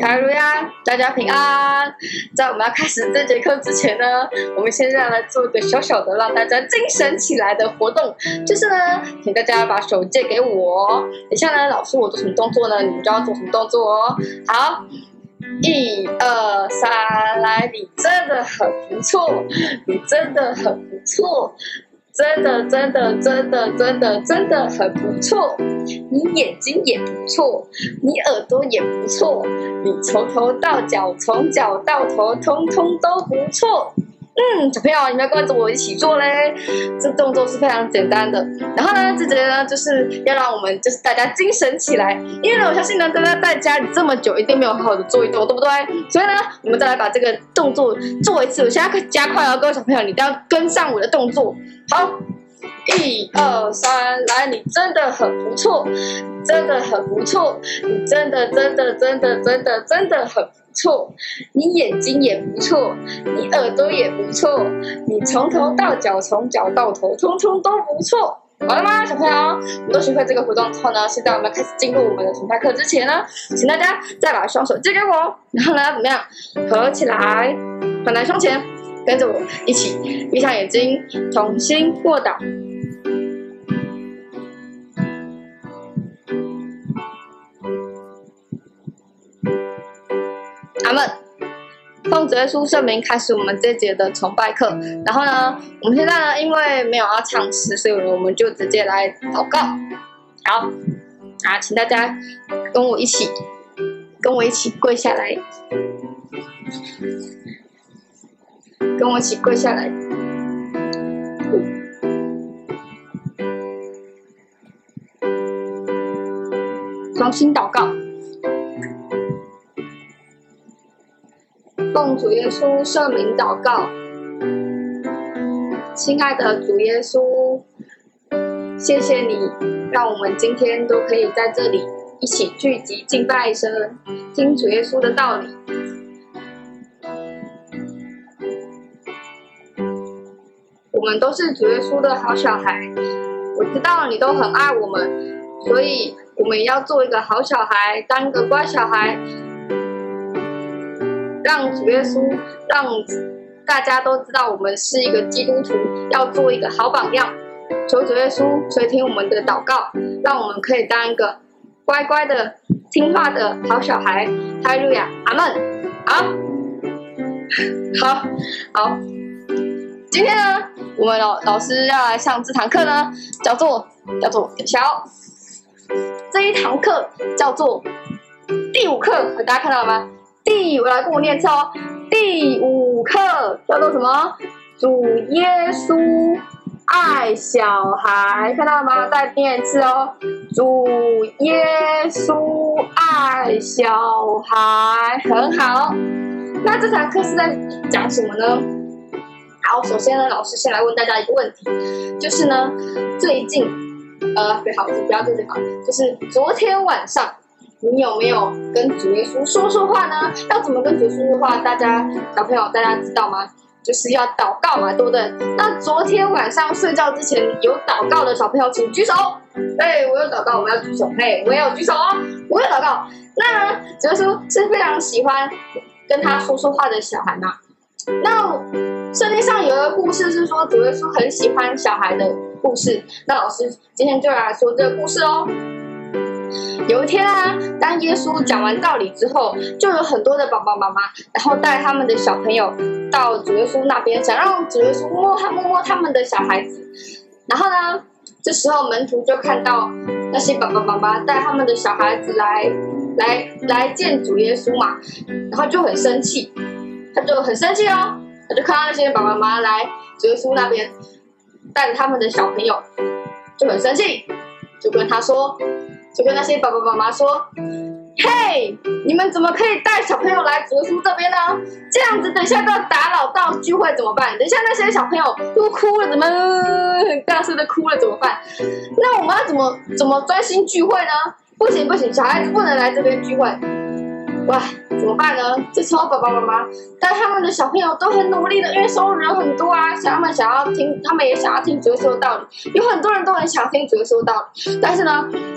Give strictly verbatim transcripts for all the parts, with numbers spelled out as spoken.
哈利路亚，大家平安。在我们要开始这节课之前呢，我们现在来做一个小小的让大家精神起来的活动，就是呢，请大家把手借给我。等一下呢，老师我做什么动作呢，你们就要做什么动作哦。好，一二三，来，你真的很不错，你真的很不错。真的真的真的真的真的很不错，你眼睛也不错，你耳朵也不错，你从头到脚，从脚到头，通通都不错。嗯，小朋友，你们要跟着我一起做嘞。这动作是非常简单的。然后呢，这节呢就是要让我们就是大家精神起来，因为呢，我相信呢，大家在家里这么久，一定没有好好的做运动，对不对？所以呢，我们再来把这个动作做一次。我现在加快哦，各位小朋友，你一定要跟上我的动作。好，一二三，来，你真的很不错，真的很不错，你真的真的真的真的真的很不错，你眼睛也不错，你耳朵也不错，你从头到脚，从脚到头，通通都不错。好了吗，小朋友？我们都学会这个活动之后呢，现在我们开始进入我们的崇拜课之前呢，请大家再把双手借给我，然后呢，怎么样？合起来，反来胸前，跟着我一起闭上眼睛，同心默祷。阿们。奉主耶稣圣名开始我们这节的崇拜课。然后呢，我们现在呢，因为没有要唱诗，所以我们就直接来祷告。好，啊，请大家跟我一起，跟我一起跪下来，跟我一起跪下来。同心祷告。奉主耶稣圣名祷告，亲爱的主耶稣，谢谢你让我们今天都可以在这里一起聚集敬拜神，听主耶稣的道理。我们都是主耶稣的好小孩，我知道你都很爱我们，所以我们也要做一个好小孩，当一个乖小孩。让主耶稣，让大家都知道我们是一个基督徒，要做一个好榜样。求主耶稣垂听我们的祷告，让我们可以当一个乖乖的、听话的好小孩。哈利路亚，阿们。好，好，好。今天呢，我们老老师要来上这堂课呢，叫做叫做等一下哦，这一堂课叫做第五课，大家看到了吗？第，我来跟我念一次哦。第五课叫做什么？主耶稣爱小孩，看到了吗？再念一次哦。主耶稣爱小孩，很好。那这堂课是在讲什么呢？好，首先呢，老师先来问大家一个问题，就是呢，最近，呃，最好不要最最好，就是昨天晚上。你有没有跟主耶稣说说话呢？要怎么跟主耶稣说话？大家小朋友大家知道吗？就是要祷告嘛，对不对？那昨天晚上睡觉之前有祷告的小朋友，请举手。哎，我有祷告，我们要举手。嘿，我也有举手哦，我有祷告。那主耶稣是非常喜欢跟他说说话的小孩嘛。那圣经上有一个故事是说，主耶稣很喜欢小孩的故事。那老师今天就来说这个故事哦。有一天啊，当耶稣讲完道理之后，就有很多的爸爸妈妈，然后带他们的小朋友到主耶稣那边，想让主耶稣摸他摸摸他们的小孩子。然后呢，这时候门徒就看到那些爸爸妈妈带他们的小孩子来来来见主耶稣嘛，然后就很生气，他就很生气哦，他就看到那些爸爸妈妈来主耶稣那边带着他们的小朋友，就很生气，就跟他说。就跟那些爸爸妈妈说：“嘿，你们怎么可以带小朋友来主耶稣这边呢？这样子，等一下都要打扰到聚会怎么办？等一下那些小朋友都哭了，怎么很大声的哭了怎么办？那我们要怎么怎么专心聚会呢？不行不行，小孩子不能来这边聚会。哇，怎么办呢？这时候爸爸妈妈带他们的小朋友都很努力的，因为收入人很多啊，想他们想要听，他们也想要听主耶稣的道理，有很多人都很想听主耶稣的道理，但是呢。”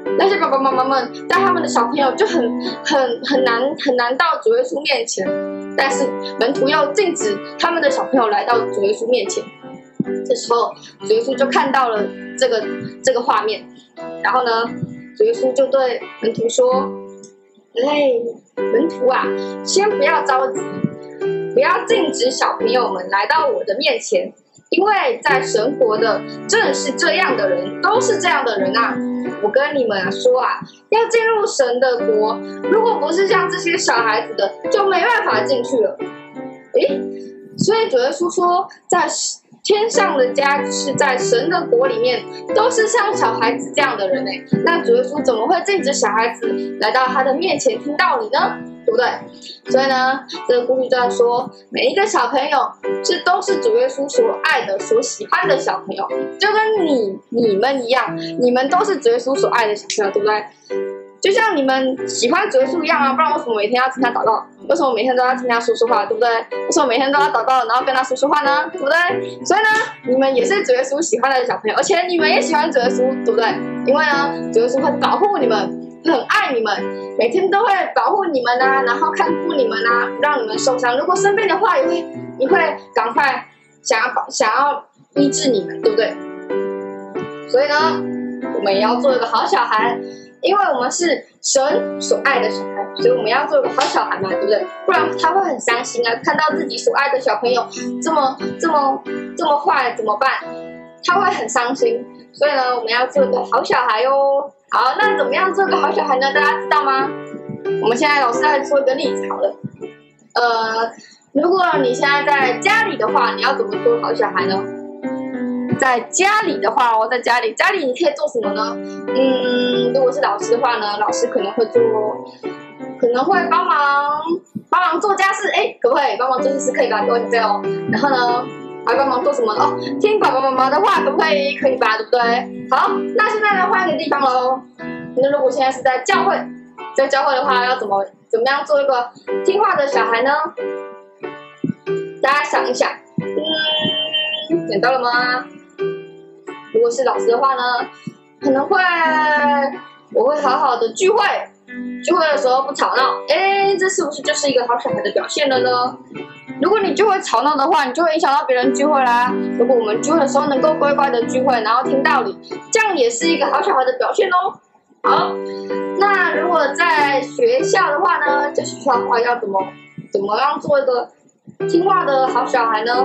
那些爸爸妈妈们带他们的小朋友就很很很难很难到主耶稣面前，但是门徒要禁止他们的小朋友来到主耶稣面前。这时候主耶稣就看到了这个这个画面，然后呢，主耶稣就对门徒说：“哎，门徒啊，先不要着急，不要禁止小朋友们来到我的面前，因为在神国的正是这样的人，都是这样的人啊。我跟你们说啊，要进入神的国，如果不是像这些小孩子的，就没办法进去了。”诶，所以主耶稣说，在天上的家是在神的国里面，都是像小孩子这样的人哎。那主耶稣怎么会禁止小孩子来到他的面前听道理呢？对不对？所以呢，这个故事就在说，每一个小朋友是都是主耶稣所爱的、所喜欢的小朋友，就跟你你们一样，你们都是主耶稣所爱的小朋友，对不对？就像你们喜欢主耶稣一样啊，不然为什么每天要听他祷告？为什么每天都要听他说说话，对不对？为什么每天都要祷告，然后跟他说说话呢？对不对？所以呢，你们也是主耶稣喜欢的小朋友，而且你们也喜欢主耶稣，对不对？因为呢，主耶稣会保护你们，很爱你们，每天都会保护你们啊，然后看顾你们啊，不让你们受伤。如果生病的话，也会也会赶快想要想要医治你们，对不对？所以呢，我们也要做一个好小孩。因为我们是神所爱的小孩，所以我们要做一个好小孩嘛，对不对？不然他会很伤心啊，看到自己所爱的小朋友这么这么这么坏，怎么办？他会很伤心。所以呢，我们要做一个好小孩哦。好，那怎么样做一个好小孩呢？大家知道吗？我们现在老师来说一个例子好了。呃，如果你现在在家里的话，你要怎么做好小孩呢？在家里的话哦，在家里，家里你可以做什么呢？嗯，如果是老师的话呢，老师可能会做，可能会帮忙帮忙做家事，哎，可不可以帮忙做家事？可以吧？各位同学哦。然后呢，还帮忙做什么呢？哦，听爸爸妈妈的话，可不可以？可以吧？对不对？好，那现在呢，换一个地方喽。那如果现在是在教会，在教会的话，要怎么怎么样做一个听话的小孩呢？大家想一想，嗯，想到了吗？如果是老师的话呢，可能会我会好好的聚会，聚会的时候不吵闹，哎，这是不是就是一个好小孩的表现了呢？如果你聚会吵闹的话，你就会影响到别人聚会啦。如果我们聚会的时候能够乖乖的聚会，然后听道理，这样也是一个好小孩的表现哦。好，那如果在学校的话呢，在学校的话要怎么怎么样做一个听话的好小孩呢？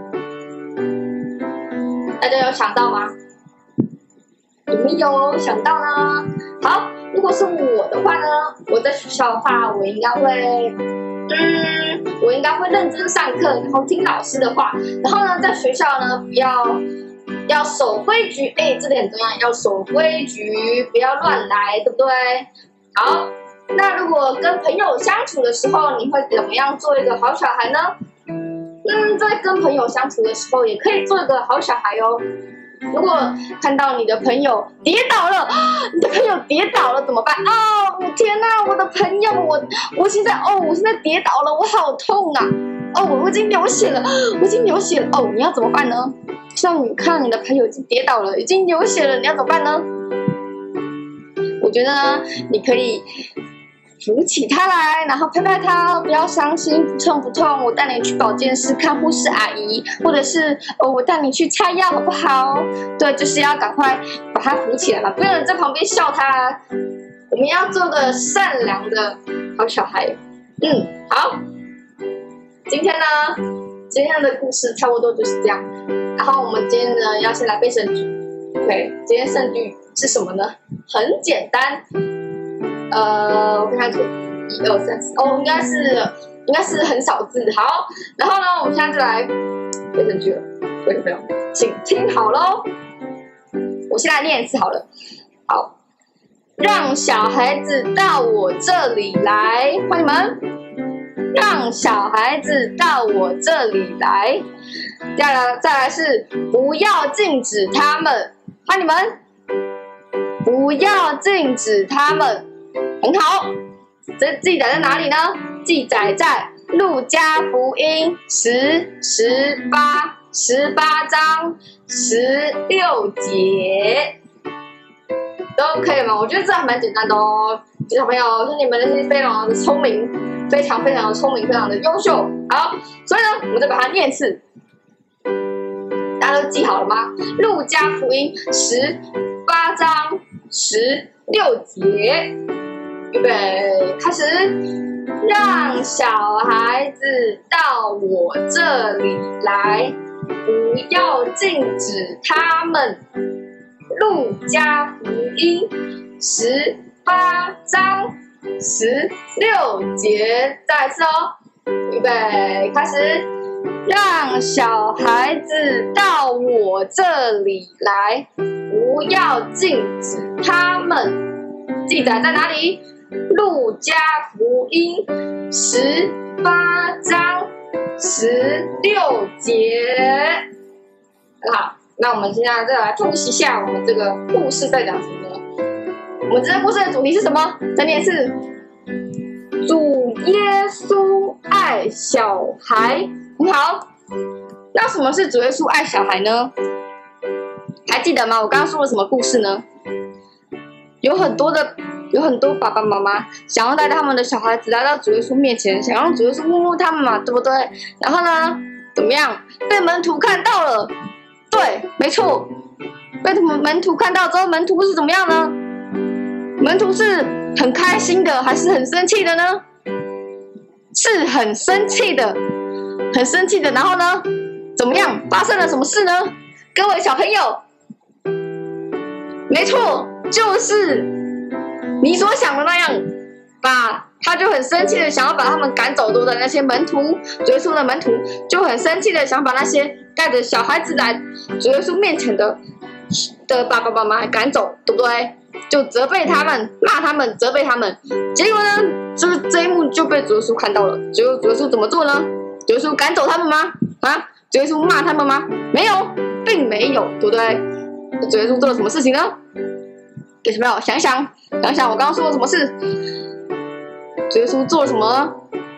大家有想到吗？有没有想到呢？好，如果是我的话呢，我在学校的话，我应该会，嗯，我应该会认真上课，然后听老师的话，然后呢，在学校呢，不要要守规矩，哎，这点很重要，要守规矩，不要乱来，对不对？好，那如果跟朋友相处的时候，你会怎么样做一个好小孩呢？嗯，在跟朋友相处的时候，也可以做一个好小孩哦。如果看到你的朋友跌倒了，你的朋友跌倒了怎么办？哦，天哪，我的朋友，我我现在哦，我现在跌倒了，我好痛啊！哦，我已经流血了，我已经流血了。哦，你要怎么办呢？像你看你的朋友已经跌倒了，已经流血了，你要怎么办呢？我觉得呢，你可以扶起他来，然后拍拍他，不要伤心，不痛不痛，我带你去保健室看护士阿姨，或者是哦，我带你去拆药，好不好？对，就是要赶快把他扶起来嘛，不能在旁边笑他。我们要做个善良的好小孩。嗯，好，今天呢，今天的故事差不多就是这样。然后我们今天呢，要先来背圣句。OK， 今天圣句是什么呢？很简单。呃，我看看图，一二三四，哦，应该是应该是很少字。好，然后呢，我们现在就来背圣句了，各位朋友，请听好喽。我先来念一次好了。好，让小孩子到我这里来，欢迎你们。让小孩子到我这里来。再来，再来是不要禁止他们，欢迎你们。不要禁止他们。很好，这记载在哪里呢？记载在路加福音十、十八、十八章十六节。 都可以吗？我觉得这还蛮简单的哦，小朋友，是你们那些非常的聪明，非常非常的聪明，非常的优秀。好，所以呢，我们再把它念一次，大家都记好了吗？路加福音十八章十六节，预备，开始。让小孩子到我这里来，不要禁止他们。路加福音十八章十六节，再次哦，预备，开始。让小孩子到我这里来，不要禁止他们。记载在哪里？路加福音十八章十六节。好，那我们现在再来复习一下我们这个故事在讲什么呢？我们这个故事的主题是什么？再念一次。主耶稣爱小孩。很好，那什么是主耶稣爱小孩呢？还记得吗？我刚刚说了什么故事呢？有很多的。有很多爸爸妈妈想要带他们的小孩子来到主耶稣面前，想让主耶稣摸摸他们嘛，对不对？然后呢，怎么样？被门徒看到了，对，没错，被门徒看到之后，门徒是怎么样呢？门徒是很开心的，还是很生气的呢？是很生气的，很生气的。然后呢，怎么样？发生了什么事呢？各位小朋友，没错，就是。你所想的那样，把他就很生气的想要把他们赶走，对不对？那些门徒，主耶稣的门徒就很生气的想把那些带着小孩子来主耶稣面前的的爸爸妈妈赶走，对不对？就责备他们，骂他们，责备他们。结果呢，就是这一幕就被主耶稣看到了。结果主耶稣怎么做呢？主耶稣赶走他们吗？啊？主耶稣骂他们吗？没有，并没有，对不对？主耶稣做了什么事情呢？给小朋友想想，想想我刚刚说了什么事？主耶稣做了什么呢？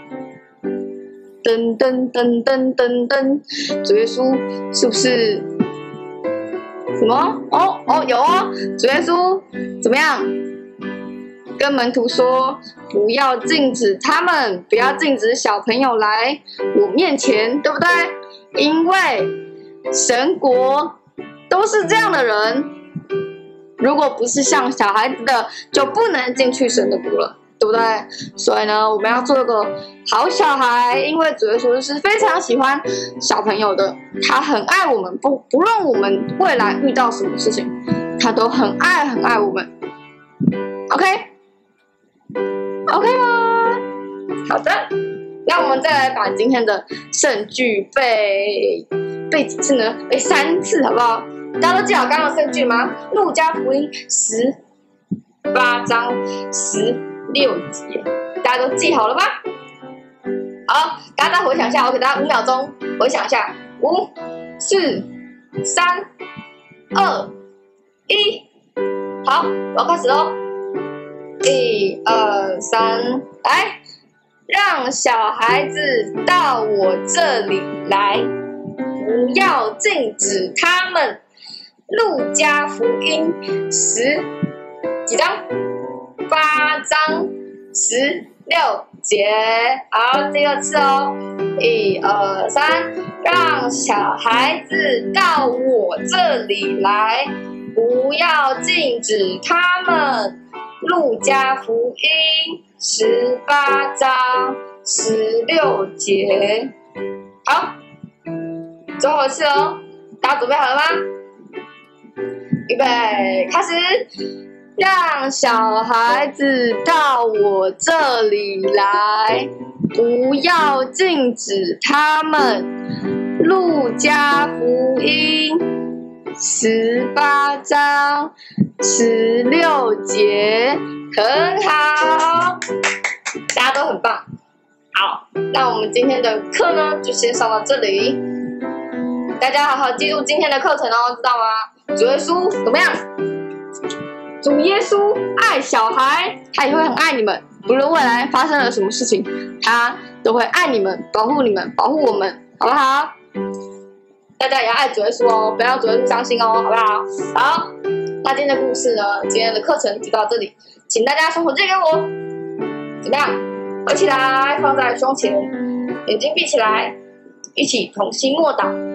噔噔噔噔噔噔，主耶稣是不是什么？哦哦，有哦，主耶稣怎么样？跟门徒说，不要禁止他们，不要禁止小朋友来我面前，对不对？因为神国都是这样的人。如果不是像小孩子的，就不能进去神的国了，对不对？所以呢，我们要做个好小孩，因为主耶稣是非常喜欢小朋友的，他很爱我们，不不论我们未来遇到什么事情，他都很爱很爱我们。OK，OK 吗？好的，那我们再来把今天的圣句背背几次呢？背三次，好不好？大家都记好刚刚的圣句吗？路加福音十八章十六节，大家都记好了吗？好，大家再回想一下，我给大家五秒钟回想一下，五、四、三、二、一，好，我要开始喽。一、二、三，来，让小孩子到我这里来，不要禁止他们。路加福音十几章？八章十六节。好，第二次哦，一二三，让小孩子到我这里来，不要禁止他们。路加福音十八章十六节。好，最后一次哦，大家准备好了吗？预备，开始！让小孩子到我这里来，不要禁止他们。路加福音十八章十六节，很好，大家都很棒。好，那我们今天的课呢，就先上到这里。大家好好记住今天的课程哦，知道吗？主耶稣怎么样？主耶稣爱小孩，他也会很爱你们。无论未来发生了什么事情，他都会爱你们，保护你们，保护我们，好不好？大家也要爱主耶稣哦，不要主耶稣伤心哦，好不好？好， 那今天的故事呢，今天的课程就到这里，请大家双手借给我，怎么样？合起来，放在胸前，眼睛闭起来，一起同心默祷。